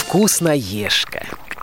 Вкусноежка.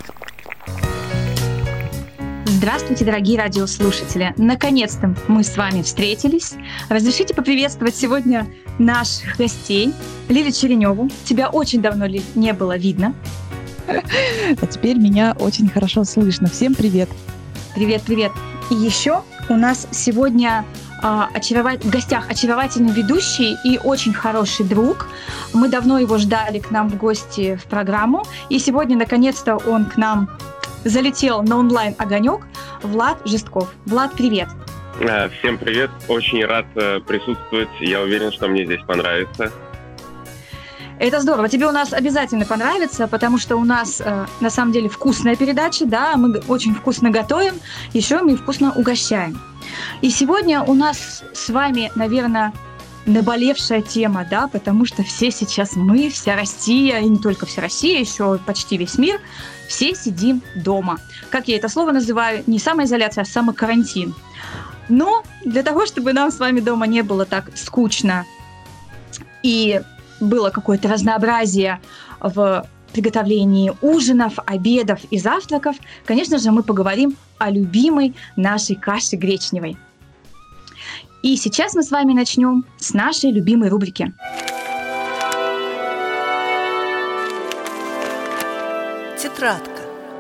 Здравствуйте, дорогие радиослушатели! Наконец-то мы с вами встретились. Разрешите поприветствовать сегодня наших гостей. Лилю Череневу. Тебя очень давно, Лиль, не было видно. А теперь меня очень хорошо слышно. Всем привет! Привет-привет! И еще у нас сегодня в гостях очаровательный ведущий и очень хороший друг. Мы давно его ждали к нам в гости в программу. И сегодня, наконец-то, он к нам залетел на онлайн-огонек. Влад Жестков. Влад, привет! Всем привет! Очень рад присутствовать. Я уверен, что мне здесь понравится. Это здорово. Тебе у нас обязательно понравится, потому что у нас на самом деле вкусная передача, да, мы очень вкусно готовим, еще мы вкусно угощаем. И сегодня у нас с вами, наверное, наболевшая тема, да, потому что все сейчас мы, вся Россия, и не только вся Россия, еще почти весь мир, все сидим дома. Как я это слово называю, не самоизоляция, а самокарантин. Но для того, чтобы нам с вами дома не было так скучно и было какое-то разнообразие в приготовлении ужинов, обедов и завтраков, конечно же, мы поговорим о любимой нашей каше гречневой. И сейчас мы с вами начнем с нашей любимой рубрики. Тетрадка.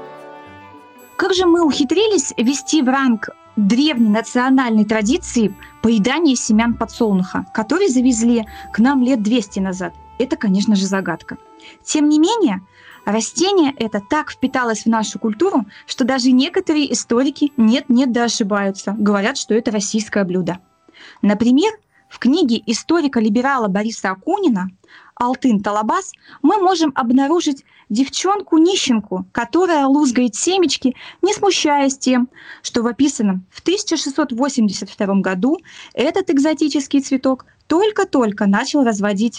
Как же мы ухитрились ввести в ранг древней национальной традиции поедание семян подсолнуха, которые завезли к нам лет 200 назад? Это, конечно же, загадка. Тем не менее, растение это так впиталось в нашу культуру, что даже некоторые историки нет-нет да ошибаются, говорят, что это российское блюдо. Например, в книге историка-либерала Бориса Акунина «Алтын-Талабас» мы можем обнаружить девчонку-нищенку, которая лузгает семечки, не смущаясь тем, что в описанном в 1682 году этот экзотический цветок только-только начали разводить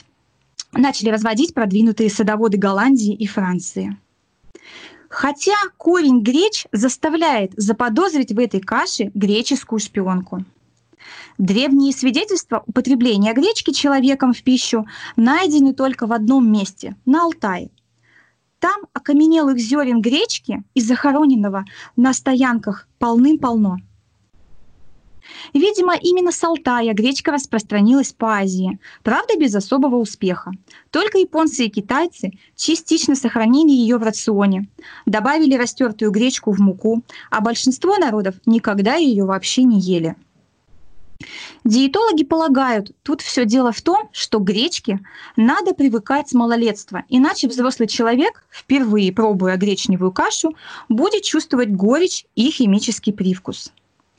продвинутые садоводы Голландии и Франции. Хотя корень греч заставляет заподозрить в этой каше греческую шпионку. Древние свидетельства употребления гречки человеком в пищу найдены только в одном месте – на Алтае. Там окаменелых зерен гречки и захороненного на стоянках полным-полно. Видимо, именно с Алтая гречка распространилась по Азии, правда, без особого успеха. Только японцы и китайцы частично сохранили ее в рационе, добавили растертую гречку в муку, а большинство народов никогда ее вообще не ели. Диетологи полагают, тут все дело в том, что к гречке надо привыкать с малолетства, иначе взрослый человек, впервые пробуя гречневую кашу, будет чувствовать горечь и химический привкус.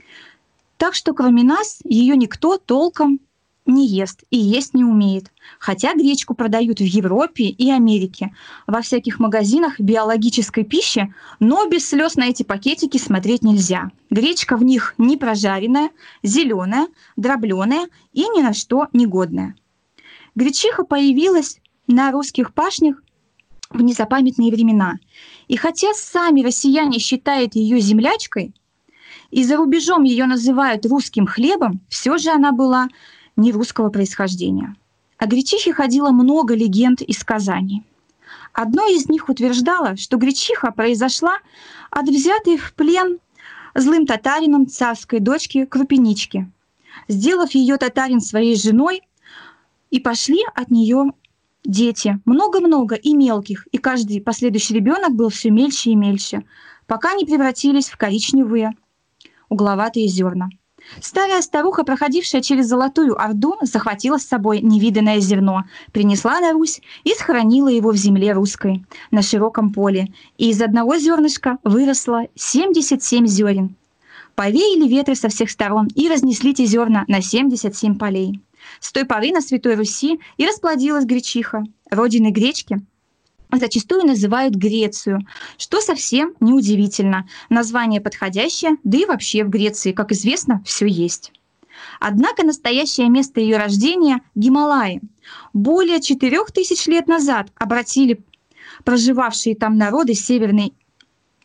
Так что кроме нас ее никто толком не ест и есть не умеет. Хотя гречку продают в Европе и Америке, во всяких магазинах биологической пищи, но без слез на эти пакетики смотреть нельзя. Гречка в них не прожаренная, зеленая, дробленая и ни на что негодная. Гречиха появилась на русских пашнях в незапамятные времена. И хотя сами россияне считают ее землячкой, и за рубежом ее называют русским хлебом, все же она была не русского происхождения. О гречихе ходило много легенд и сказаний. Одно из них утверждало, что гречиха произошла от взятой в плен злым татарином царской дочки Крупинички. Сделав ее татарин своей женой, и пошли от нее дети, много-много и мелких, и каждый последующий ребенок был все мельче и мельче, пока не превратились в коричневые угловатые зерна. Старая старуха, проходившая через Золотую Орду, захватила с собой невиданное зерно, принесла на Русь и схоронила его в земле русской, на широком поле. И из одного зернышка выросло 77 зерен. Повеяли ветры со всех сторон и разнесли те зерна на 77 полей. С той поры на Святой Руси и расплодилась гречиха, родиной гречки. Зачастую называют Грецию, что совсем неудивительно. Название подходящее, да и вообще в Греции, как известно, все есть. Однако настоящее место ее рождения – Гималаи. Более 4000 лет назад обратили проживавшие там народы Северной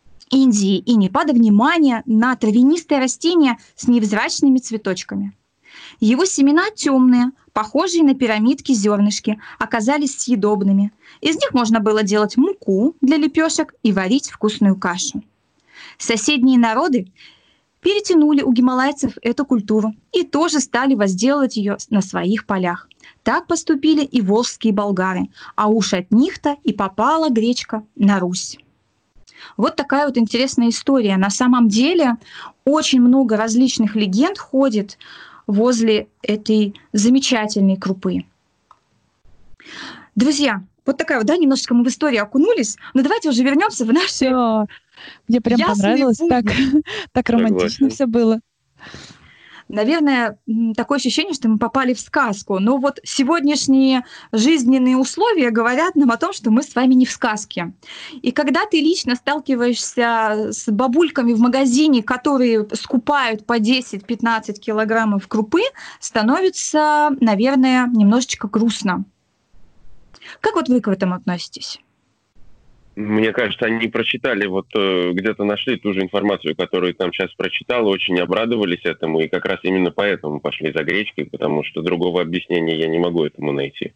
Индии и Непада внимание на травянистое растение с невзрачными цветочками. Его семена темные, похожие на пирамидки зернышки, оказались съедобными. Из них можно было делать муку для лепешек и варить вкусную кашу. Соседние народы перетянули у гималайцев эту культуру и тоже стали возделывать ее на своих полях. Так поступили и волжские болгары, а уж от них-то и попала гречка на Русь. Вот такая вот интересная история. На самом деле очень много различных легенд ходит возле этой замечательной крупы. Друзья, вот такая вот, да, немножечко мы в историю окунулись, но давайте уже вернемся в наши... Всё. Мне прям понравилось, так романтично все было. Наверное, такое ощущение, что мы попали в сказку. Но вот сегодняшние жизненные условия говорят нам о том, что мы с вами не в сказке. И когда ты лично сталкиваешься с бабульками в магазине, которые скупают по 10-15 килограммов крупы, становится, наверное, немножечко грустно. Как вот вы к этому относитесь? Мне кажется, они прочитали, где-то нашли ту же информацию, которую там сейчас прочитал, очень обрадовались этому, и как раз именно поэтому пошли за гречкой, потому что другого объяснения я не могу этому найти.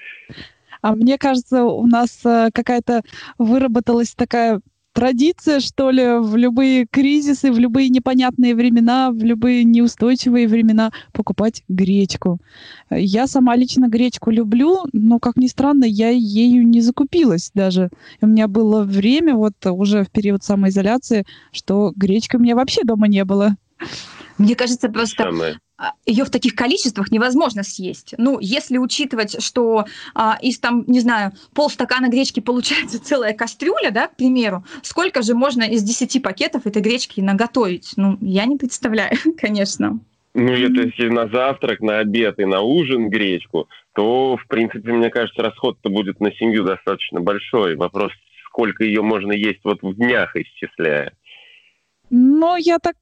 А мне кажется, у нас какая-то выработалась такая традиция, что ли, в любые кризисы, в любые непонятные времена, в любые неустойчивые времена покупать гречку. Я сама лично гречку люблю, но, как ни странно, я ею не закупилась даже. У меня было время, уже в период самоизоляции, что гречки у меня вообще дома не было. Мне кажется, просто ее в таких количествах невозможно съесть. Ну, если учитывать, что из там, не знаю, полстакана гречки получается целая кастрюля, да, к примеру, сколько же можно из 10 пакетов этой гречки наготовить? Ну, я не представляю, конечно. Ну, если на завтрак, на обед и на ужин гречку, то, в принципе, мне кажется, расход-то будет на семью достаточно большой. Вопрос, сколько ее можно есть в днях, исчисляя. Но я так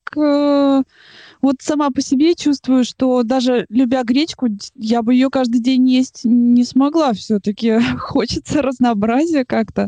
сама по себе чувствую, что даже любя гречку, я бы ее каждый день есть не смогла. Все-таки хочется разнообразия как-то.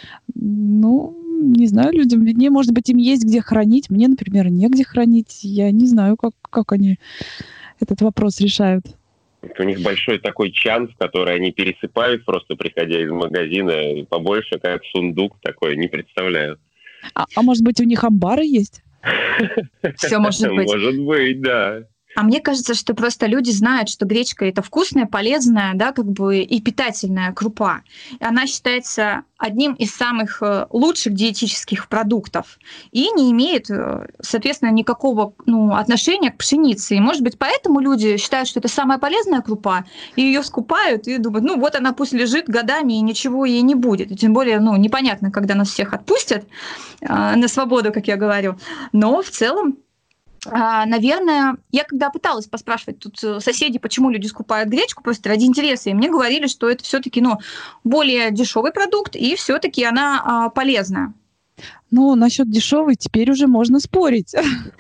Ну, не знаю, людям виднее. Может быть, им есть где хранить. Мне, например, негде хранить. Я не знаю, как они этот вопрос решают. У них большой такой чан, в который они пересыпают, просто приходя из магазина, побольше, как сундук такой, не представляю. А может быть, у них амбары есть? Все может быть. Может быть, да. А мне кажется, что просто люди знают, что гречка – это вкусная, полезная, да, и питательная крупа. И она считается одним из самых лучших диетических продуктов и не имеет, соответственно, никакого отношения к пшенице. И, может быть, поэтому люди считают, что это самая полезная крупа, и ее скупают, и думают, она пусть лежит годами, и ничего ей не будет. И тем более, непонятно, когда нас всех отпустят на свободу, как я говорю. Но в целом, наверное, я когда пыталась поспрашивать тут соседей, почему люди скупают гречку, просто ради интереса, и мне говорили, что это все-таки более дешевый продукт, и все-таки она полезная. Ну, насчет дешевой теперь уже можно спорить.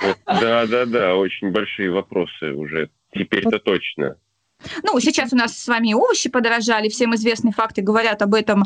Да, очень большие вопросы уже. Теперь-то точно. Сейчас у нас с вами овощи подорожали, всем известные факты говорят об этом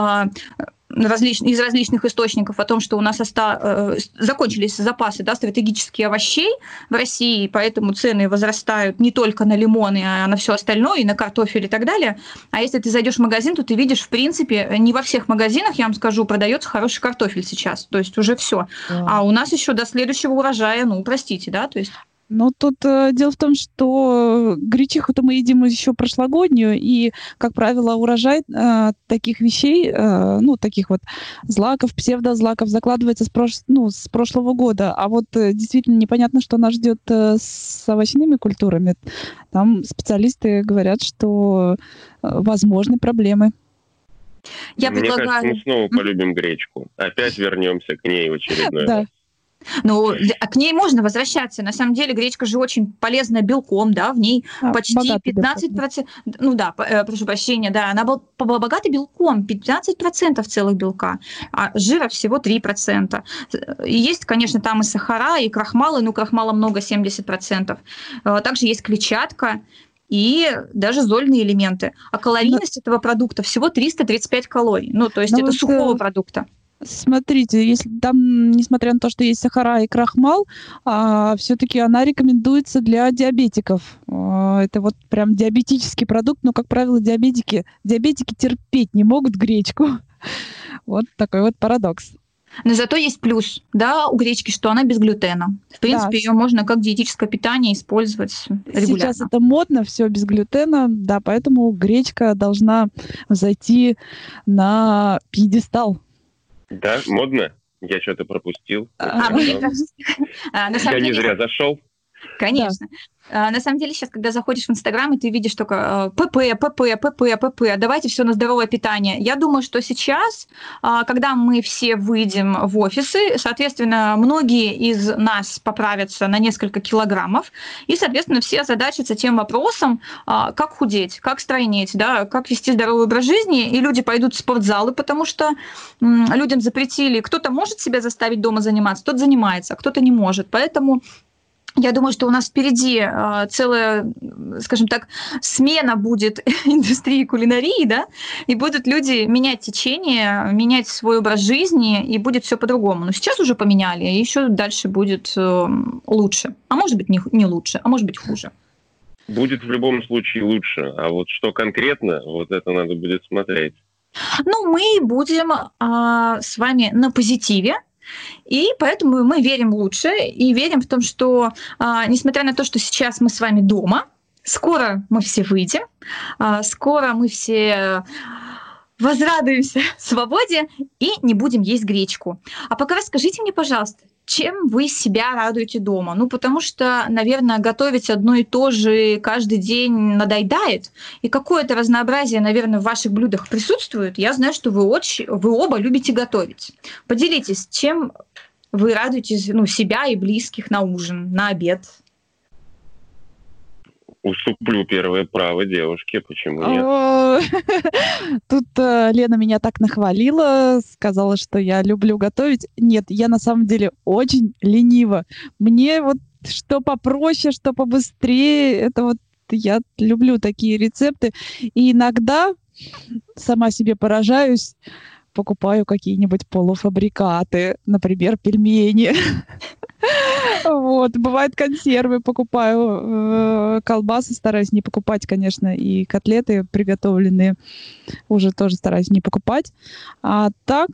из различных источников, о том, что у нас закончились запасы, да, стратегических овощей в России, поэтому цены возрастают не только на лимоны, а на все остальное, и на картофель и так далее. А если ты зайдешь в магазин, то ты видишь, в принципе, не во всех магазинах, я вам скажу, продается хороший картофель сейчас, то есть уже все. А у нас еще до следующего урожая, простите, да, то есть... Но тут дело в том, что гречиху-то мы едим еще прошлогоднюю, и, как правило, урожай таких вещей, таких злаков, псевдозлаков закладывается с прошлого года. А действительно непонятно, что нас ждет с овощными культурами. Там специалисты говорят, что возможны проблемы. Мне кажется, мы снова полюбим гречку. Опять вернемся к ней в очередной раз. К ней можно возвращаться. На самом деле гречка же очень полезна белком, да, в ней почти 15%. Прошу прощения, да, она была богата белком, 15% целых белка, а жира всего 3%. И есть, конечно, там и сахара, и крахмалы, крахмала много, 70%. Также есть клетчатка и даже зольные элементы. А калорийность этого продукта всего 335 калорий. То есть это сухого продукта. Смотрите, если там, несмотря на то, что есть сахара и крахмал, все-таки она рекомендуется для диабетиков. Это вот прям диабетический продукт, но, как правило, диабетики терпеть не могут гречку. Вот такой вот парадокс. Но зато есть плюс, да, у гречки, что она без глютена. В принципе, ее можно как диетическое питание использовать регулярно. Сейчас это модно, все без глютена, да, поэтому гречка должна зайти на пьедестал. Да, модно? Я что-то пропустил. Я не зря зашел. Конечно. На самом деле сейчас, когда заходишь в Инстаграм, и ты видишь только ПП, давайте все на здоровое питание. Я думаю, что сейчас, когда мы все выйдем в офисы, соответственно, многие из нас поправятся на несколько килограммов, и, соответственно, все озадачатся тем вопросом, как худеть, как стройнеть, да, как вести здоровый образ жизни, и люди пойдут в спортзалы, потому что людям запретили, кто-то может себя заставить дома заниматься, тот занимается, а кто-то не может. Поэтому я думаю, что у нас впереди целая, скажем так, смена будет индустрии кулинарии, да, и будут люди менять течение, менять свой образ жизни, и будет все по-другому. Но сейчас уже поменяли, и еще дальше будет лучше. А может быть, не лучше, а может быть, хуже. Будет в любом случае лучше. А вот что конкретно, вот это надо будет смотреть. Ну, мы будем с вами на позитиве. И поэтому мы верим лучше и верим в том, что, несмотря на то, что сейчас мы с вами дома, скоро мы все выйдем, скоро мы все возрадуемся свободе и не будем есть гречку. А пока расскажите мне, пожалуйста, чем вы себя радуете дома? Ну, потому что, наверное, готовить одно и то же каждый день надоедает. И какое-то разнообразие, наверное, в ваших блюдах присутствует. Я знаю, что вы оба любите готовить. Поделитесь, чем вы радуете себя и близких на ужин, на обед? Уступлю первое право девушке, почему нет? Тут Лена меня так нахвалила, сказала, что я люблю готовить. Нет, я на самом деле очень ленива. Мне вот что попроще, что побыстрее, это вот я люблю такие рецепты. И иногда сама себе поражаюсь, покупаю какие-нибудь полуфабрикаты, например, пельмени. Вот, бывает, консервы покупаю, колбасы стараюсь не покупать, конечно, и котлеты приготовленные уже тоже стараюсь не покупать. А так,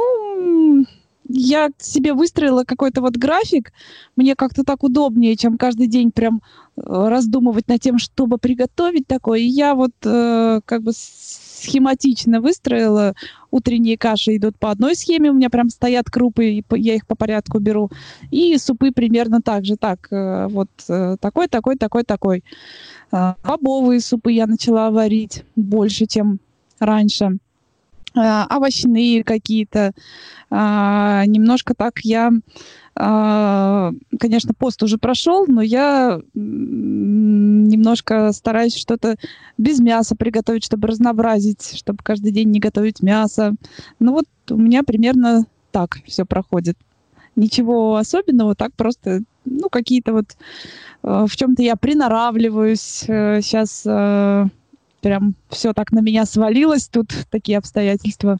я себе выстроила какой-то вот график, мне как-то так удобнее, чем каждый день прям раздумывать над тем, чтобы приготовить такое. И я вот как бы схематично выстроила. Утренние каши идут по одной схеме, у меня прям стоят крупы, и я их по порядку беру. И супы примерно так же. Так, вот такой. Бобовые супы я начала варить больше, чем раньше. Овощные какие-то. Немножко так я... Конечно, пост уже прошел, но я немножко стараюсь что-то без мяса приготовить, чтобы разнообразить, чтобы каждый день не готовить мясо. Ну вот у меня примерно так все проходит. Ничего особенного, так просто, какие-то вот... В чем-то я приноравливаюсь. Сейчас... Прям все так на меня свалилось, тут такие обстоятельства.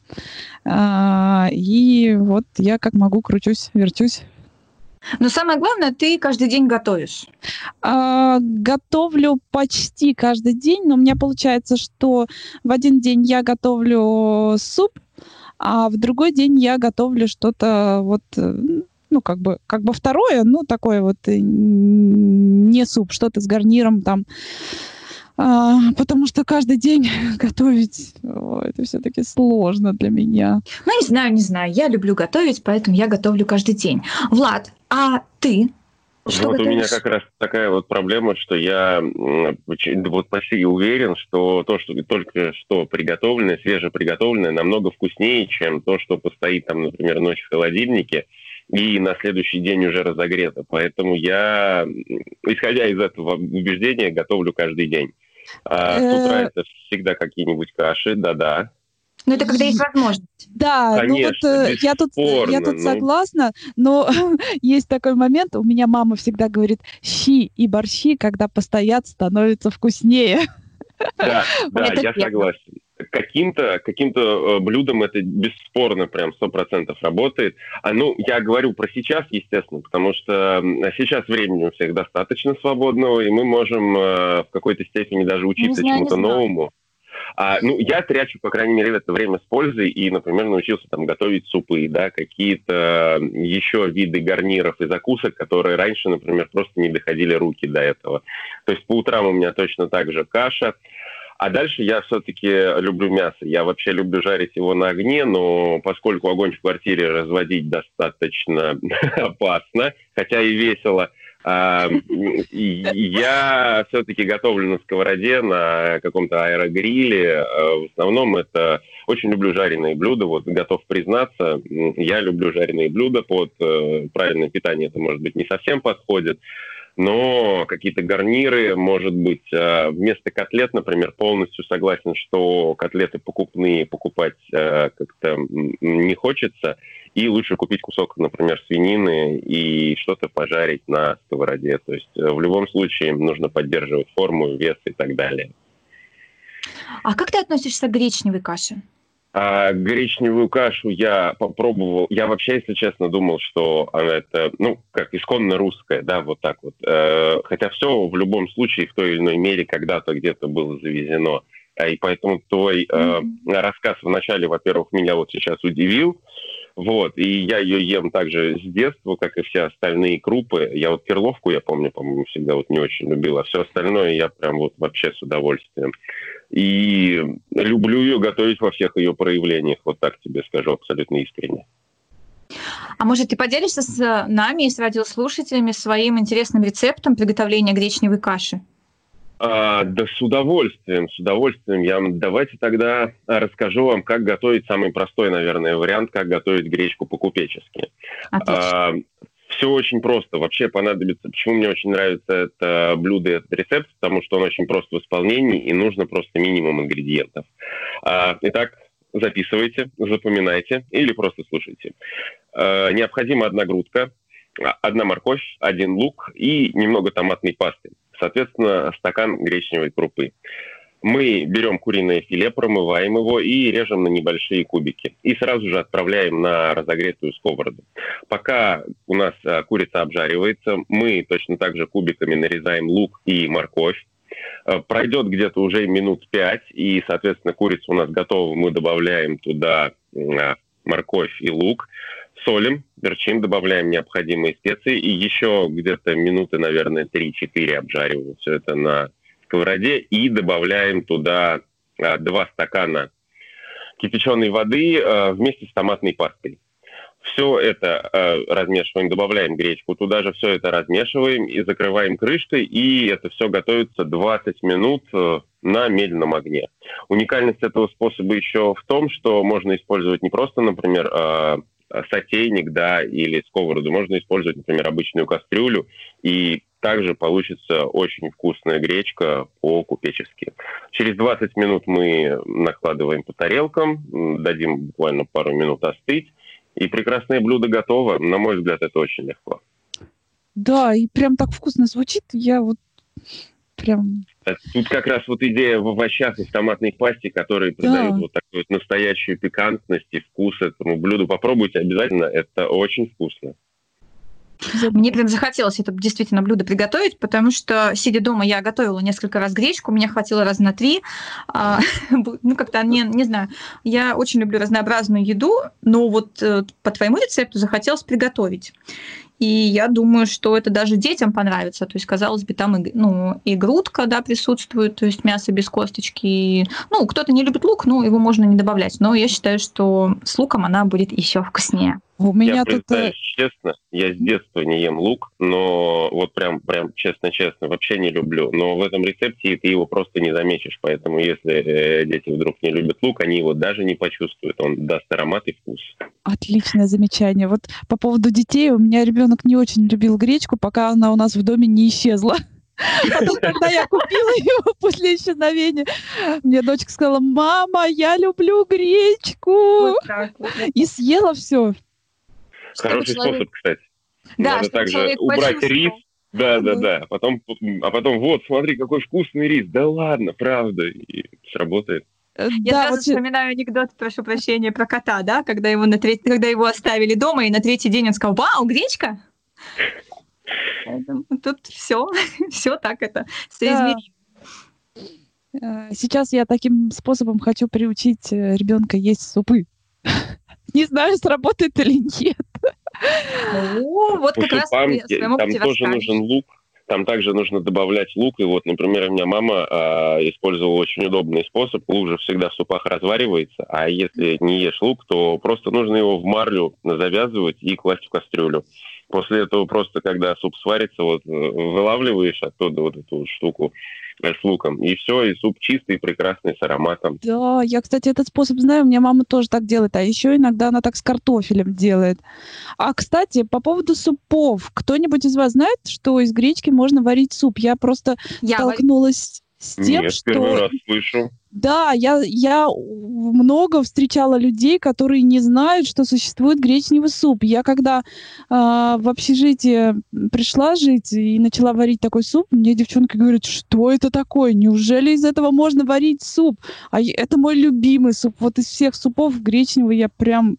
И вот я как могу кручусь, верчусь. Но самое главное, ты каждый день готовишь. Готовлю почти каждый день, но у меня получается, что в один день я готовлю суп, а в другой день я готовлю что-то вот... как бы второе, такое вот не суп, что-то с гарниром там. Потому что каждый день готовить, это все-таки сложно для меня. Не знаю. Я люблю готовить, поэтому я готовлю каждый день. Влад, а ты? Что вот готовишь? У меня как раз такая вот проблема, что я вот почти уверен, что то, что только что приготовленное, свежеприготовленное, намного вкуснее, чем то, что постоит там, например, ночь в холодильнике и на следующий день уже разогрето. Поэтому я, исходя из этого убеждения, готовлю каждый день. А с утра это всегда какие-нибудь каши, да-да. Ну, это когда есть возможность. Да, конечно, я тут согласна, но есть такой момент, у меня мама всегда говорит, щи и борщи, когда постоят, становятся вкуснее. Да, я согласен. каким-то блюдом это бесспорно прям 100% работает. Я говорю про сейчас, естественно, потому что сейчас времени у всех достаточно свободного, и мы можем в какой-то степени даже учиться чему-то новому. Я трачу, по крайней мере, это время с пользой и, например, научился там готовить супы, да, какие-то еще виды гарниров и закусок, которые раньше, например, просто не доходили руки до этого. То есть по утрам у меня точно так же каша. А дальше я все-таки люблю мясо. Я вообще люблю жарить его на огне, но поскольку огонь в квартире разводить достаточно опасно, хотя и весело, я все-таки готовлю на сковороде, на каком-то аэрогриле. В основном это очень люблю жареные блюда. Вот готов признаться, я люблю жареные блюда. Под правильное питание это, может быть, не совсем подходит. Но какие-то гарниры, может быть, вместо котлет, например, полностью согласен, что котлеты покупные покупать как-то не хочется. И лучше купить кусок, например, свинины и что-то пожарить на сковороде. То есть в любом случае нужно поддерживать форму, вес и так далее. А как ты относишься к гречневой каше? Гречневую кашу я попробовал. Я вообще, если честно, думал, что она это, как исконно русская, да, вот так вот. Хотя все в любом случае в той или иной мере когда-то где-то было завезено. И поэтому твой рассказ в начале, во-первых, меня вот сейчас удивил. Вот, и я ее ем также с детства, как и все остальные крупы. Я вот перловку, я помню, по-моему, всегда вот не очень любил, а все остальное я прям вот вообще с удовольствием. И люблю ее готовить во всех ее проявлениях, вот так тебе скажу абсолютно искренне. А может, ты поделишься с нами и с радиослушателями своим интересным рецептом приготовления гречневой каши? Да, с удовольствием. Давайте тогда расскажу вам, как готовить самый простой, наверное, вариант, как готовить гречку по-купечески. Отлично. Все очень просто. Вообще понадобится... Почему мне очень нравится это блюдо и этот рецепт? Потому что он очень прост в исполнении, и нужно просто минимум ингредиентов. Итак, записывайте, запоминайте или просто слушайте. Необходима 1 грудка, 1 морковь, 1 лук и немного томатной пасты. Соответственно, стакан гречневой крупы. Мы берем куриное филе, промываем его и режем на небольшие кубики. И сразу же отправляем на разогретую сковороду. Пока у нас курица обжаривается, мы точно так же кубиками нарезаем лук и морковь. Пройдет где-то уже минут 5, и, соответственно, курица у нас готова. Мы добавляем туда морковь и лук. Солим, перчим, добавляем необходимые специи и еще где-то минуты, наверное, 3-4 обжариваем все это на сковороде и добавляем туда 2 стакана кипяченой воды вместе с томатной пастой. Все это размешиваем, добавляем гречку, туда же все это размешиваем и закрываем крышкой, и это все готовится 20 минут на медленном огне. Уникальность этого способа еще в том, что можно использовать не просто, например, сотейник, да, или сковороду. Можно использовать, например, обычную кастрюлю, и также получится очень вкусная гречка по-купечески. Через 20 минут мы накладываем по тарелкам, дадим буквально пару минут остыть, и прекрасное блюдо готово. На мой взгляд, это очень легко. Да, и прям так вкусно звучит. Я вот прям... Тут как раз вот идея в овощах и в томатной пасте, которые придают вот такую вот настоящую пикантность и вкус этому блюду. Попробуйте обязательно, это очень вкусно. Мне прям захотелось это действительно блюдо приготовить, потому что, сидя дома, я готовила несколько раз гречку, меня хватило раза на 3. Как-то, не знаю, я очень люблю разнообразную еду, но вот по твоему рецепту захотелось приготовить. И я думаю, что это даже детям понравится. То есть, казалось бы, там и грудка, да, присутствует, то есть мясо без косточки. Кто-то не любит лук, его можно не добавлять. Но я считаю, что с луком она будет еще вкуснее. У меня я признаюсь честно, я с детства не ем лук, но вот прям честно-честно вообще не люблю. Но в этом рецепте ты его просто не заметишь. Поэтому если дети вдруг не любят лук, они его даже не почувствуют. Он даст аромат и вкус. Отличное замечание. Вот по поводу детей, у меня ребенок не очень любил гречку, пока она у нас в доме не исчезла. Потом, когда я купила его после исчезновения, мне дочка сказала: «Мама, я люблю гречку». Вот так вот. И съела все. Хороший способ, кстати. Да, надо также убрать рис. Да. А потом вот, смотри, какой вкусный рис. Да ладно, правда. И сработает. Я Да, сразу вот вспоминаю анекдот, прошу прощения, про кота, да, когда когда его оставили дома, и на третий день он сказал: «Вау, гречка!» Поэтому тут все, все так это да, соизмеримо. сейчас я таким способом хочу приучить ребенка есть супы. Не знаю, сработает или нет. Ну, вот По как раз супам ты о своем там опыте тоже расскажешь. нужен лук. Там также нужно добавлять лук. И вот, например, у меня мама использовала очень удобный способ. Лук же всегда в супах разваривается. А если не ешь лук, то просто нужно его в марлю завязывать и класть в кастрюлю. После этого просто, когда суп сварится, вот вылавливаешь оттуда вот эту штуку с луком. И все, и суп чистый, прекрасный, с ароматом. Да, я, кстати, этот способ знаю, у меня мама тоже так делает, а еще иногда она так с картофелем делает. А, кстати, по поводу супов, кто-нибудь из вас знает, что из гречки можно варить суп? Я просто Я варю. столкнулась с тем, Нет, первый что раз слышу. да, я много встречала людей, которые не знают, что существует гречневый суп. Я когда в общежитие пришла жить и начала варить такой суп, мне девчонки говорят, что это такое? Неужели из этого можно варить суп? Это мой любимый суп. Вот из всех супов гречневый я прям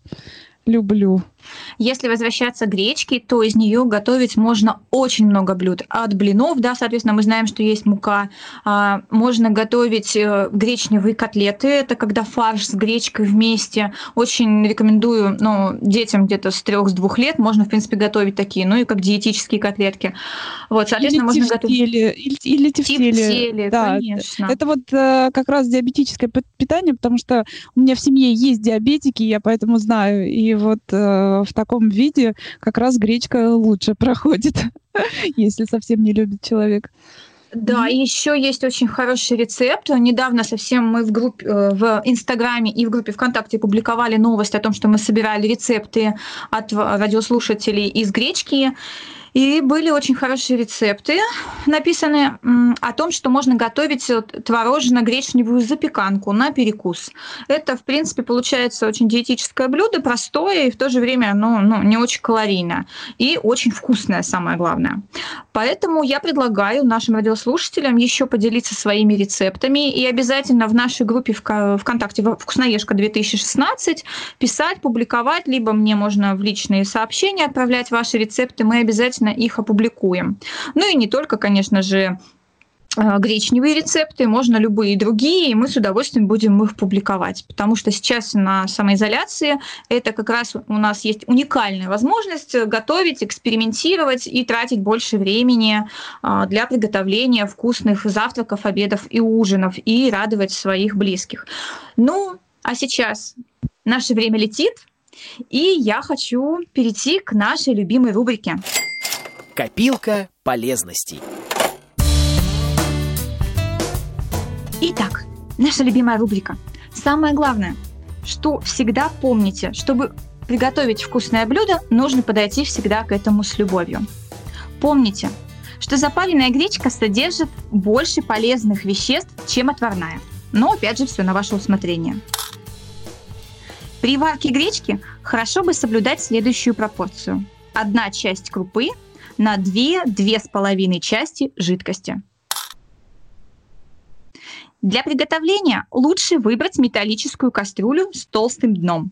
люблю. Если возвращаться к гречке, то из нее готовить можно очень много блюд. От блинов, да, соответственно, мы знаем, что есть мука. Можно готовить гречневые котлеты. Это когда фарш с гречкой вместе. Очень рекомендую, детям где-то с 3-2 лет можно, в принципе, готовить такие, и как диетические котлетки. Вот, соответственно, можно готовить. Или тефтели. Тефтели, Да, конечно. это вот как раз диабетическое питание, потому что у меня в семье есть диабетики, я поэтому знаю. И вот в таком виде как раз гречка лучше проходит, если совсем не любит человек. Да, и еще есть очень хороший рецепт. Недавно совсем мы в группе, в Инстаграме и в группе ВКонтакте публиковали новость о том, что мы собирали рецепты от радиослушателей из гречки. И были очень хорошие рецепты, написаны о том, что можно готовить творожно-гречневую запеканку на перекус. Это, в принципе, получается очень диетическое блюдо, простое и в то же время оно не очень калорийное. И очень вкусное, самое главное. Поэтому я предлагаю нашим радиослушателям еще поделиться своими рецептами и обязательно в нашей группе ВКонтакте «Вкусноежка 2016» писать, публиковать, либо мне можно в личные сообщения отправлять ваши рецепты, мы обязательно их опубликуем. И не только, конечно же, гречневые рецепты, можно любые другие, и мы с удовольствием будем их публиковать, потому что сейчас на самоизоляции это как раз у нас есть уникальная возможность готовить, экспериментировать и тратить больше времени для приготовления вкусных завтраков, обедов и ужинов, и радовать своих близких. А сейчас наше время летит, и я хочу перейти к нашей любимой рубрике. Копилка полезностей. Итак, наша любимая рубрика. Самое главное, что всегда помните, чтобы приготовить вкусное блюдо, нужно подойти всегда к этому с любовью. Помните, что запаренная гречка содержит больше полезных веществ, чем отварная. Но опять же, все на ваше усмотрение. При варке гречки хорошо бы соблюдать следующую пропорцию. 1 часть крупы на 2-2,5 части жидкости. Для приготовления лучше выбрать металлическую кастрюлю с толстым дном.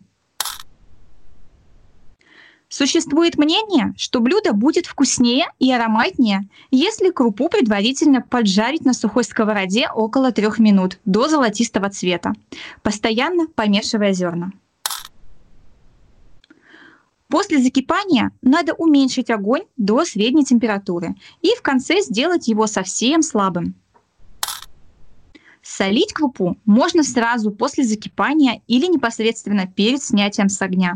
Существует мнение, что блюдо будет вкуснее и ароматнее, если крупу предварительно поджарить на сухой сковороде около 3 минут до золотистого цвета, постоянно помешивая зерна. После закипания надо уменьшить огонь до средней температуры и в конце сделать его совсем слабым. Солить крупу можно сразу после закипания или непосредственно перед снятием с огня.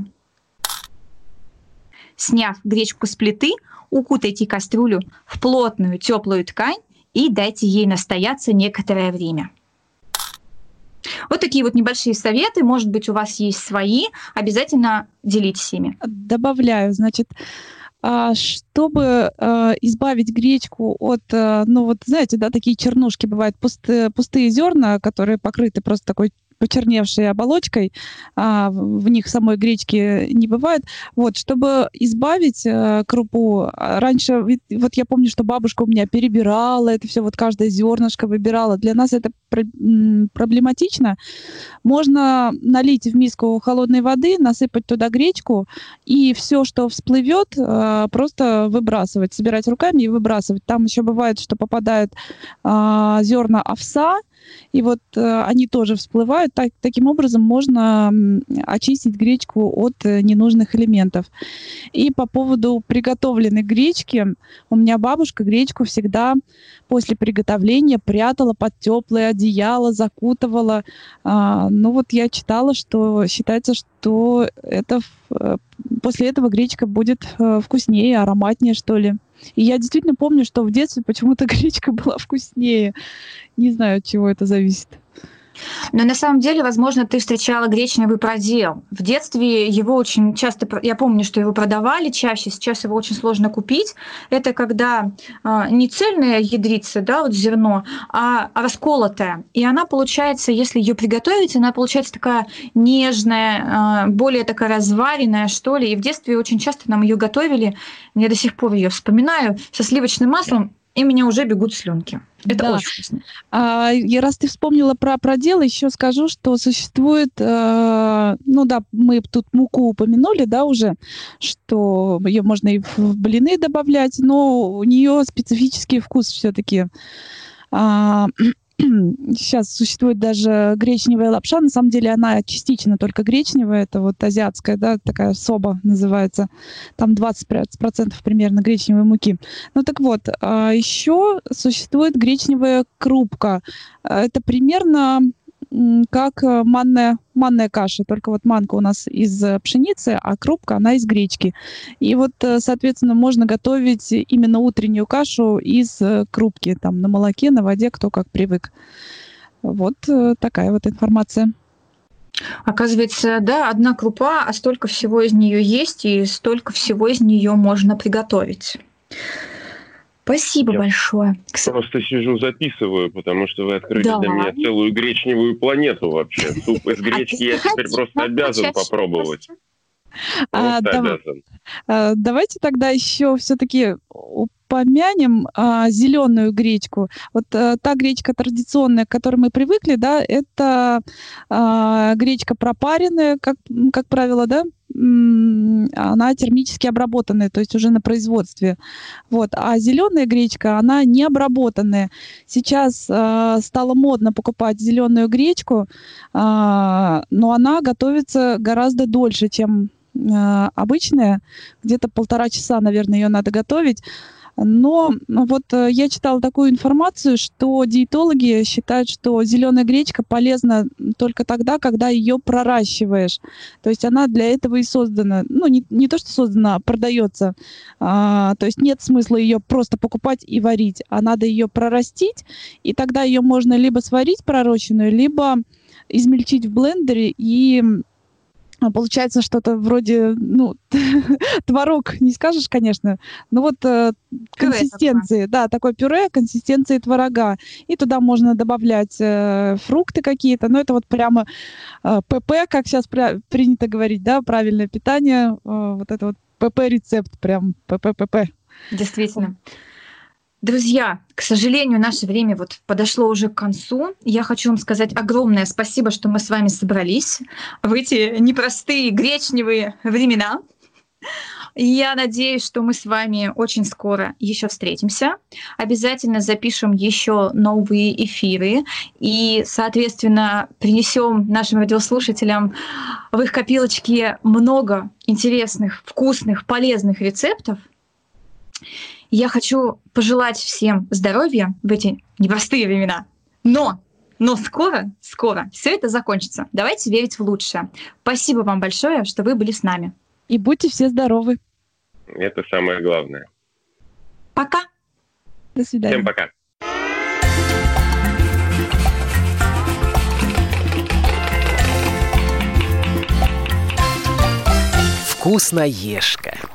Сняв гречку с плиты, укутайте кастрюлю в плотную теплую ткань и дайте ей настояться некоторое время. Вот такие вот небольшие советы. Может быть, у вас есть свои. Обязательно делитесь ими. Добавляю, значит, чтобы избавить гречку от, знаете, да, такие чернушки бывают, пустые зерна, которые покрыты просто такой почерневшей оболочкой, в них самой гречки не бывает. Вот, чтобы избавить крупу, раньше, вот я помню, что бабушка у меня перебирала это все, вот каждое зернышко выбирала. Для нас это проблематично. Можно налить в миску холодной воды, насыпать туда гречку, и все, что всплывет, просто выбрасывать, собирать руками и выбрасывать. Там еще бывает, что попадают зерна овса, и вот они тоже всплывают. Таким образом можно очистить гречку от ненужных элементов. И по поводу приготовленной гречки, у меня бабушка гречку всегда после приготовления прятала под теплое одеяло, закутывала. Ну вот я читала, что считается, что это после этого гречка будет вкуснее, ароматнее, что ли. И я действительно помню, что в детстве почему-то гречка была вкуснее. Не знаю, от чего это зависит. Но на самом деле, возможно, ты встречала гречневый продел. В детстве его очень часто, я помню, что его продавали чаще, сейчас его очень сложно купить. Это когда не цельная ядрица, да, вот зерно, а расколотая. И она получается, если ее приготовить, она получается такая нежная, более такая разваренная, что ли. И в детстве очень часто нам ее готовили. Я до сих пор ее вспоминаю со сливочным маслом, и у меня уже бегут слюнки. Это очень вкусно. И раз ты вспомнила про продел, еще скажу, что существует, мы тут муку упомянули, да, уже, что ее можно и в блины добавлять, но у нее специфический вкус все-таки. Сейчас существует даже гречневая лапша. На самом деле она частично только гречневая. Это вот азиатская, да, такая соба называется. Там 20% примерно гречневой муки. Ну так вот, еще существует гречневая крупка. Это примерно как манная каша. Только вот манка у нас из пшеницы, а крупка, она из гречки. И вот, соответственно, можно готовить именно утреннюю кашу из крупки. Там на молоке, на воде, кто как привык. Вот такая вот информация. Оказывается, да, одна крупа, а столько всего из нее есть, и столько всего из нее можно приготовить. Спасибо большое. Просто сижу, записываю, потому что вы открыли для меня целую гречневую планету вообще. Суп из гречки я теперь просто обязан попробовать. Давайте тогда еще все-таки упомянем зеленую гречку. Вот та гречка традиционная, к которой мы привыкли, да, это гречка пропаренная, как правило, да, она термически обработанная, то есть уже на производстве. Вот. А зеленая гречка, она не обработанная. Сейчас стало модно покупать зеленую гречку, но она готовится гораздо дольше, чем обычная. Где-то 1,5 часа, наверное, ее надо готовить. Но вот я читала такую информацию, что диетологи считают, что зеленая гречка полезна только тогда, когда ее проращиваешь. То есть она для этого и создана. Ну, не то, что создана, а продается. То есть нет смысла ее просто покупать и варить, а надо ее прорастить, и тогда ее можно либо сварить пророщенную, либо измельчить в блендере, и получается что-то вроде, творог, не скажешь, конечно, но вот консистенции, да, такое пюре, консистенции творога. И туда можно добавлять фрукты какие-то, но это вот прямо ПП, как сейчас принято говорить, да, правильное питание, вот это вот ПП-рецепт, прям ПП. Действительно. Друзья, к сожалению, наше время вот подошло уже к концу. Я хочу вам сказать огромное спасибо, что мы с вами собрались в эти непростые гречневые времена. Я надеюсь, что мы с вами очень скоро еще встретимся. Обязательно запишем еще новые эфиры и, соответственно, принесем нашим радиослушателям в их копилочки много интересных, вкусных, полезных рецептов. Я хочу пожелать всем здоровья в эти непростые времена. Но скоро все это закончится. Давайте верить в лучшее. Спасибо вам большое, что вы были с нами. И будьте все здоровы. Это самое главное. Пока. До свидания. Всем пока. Вкусноежка.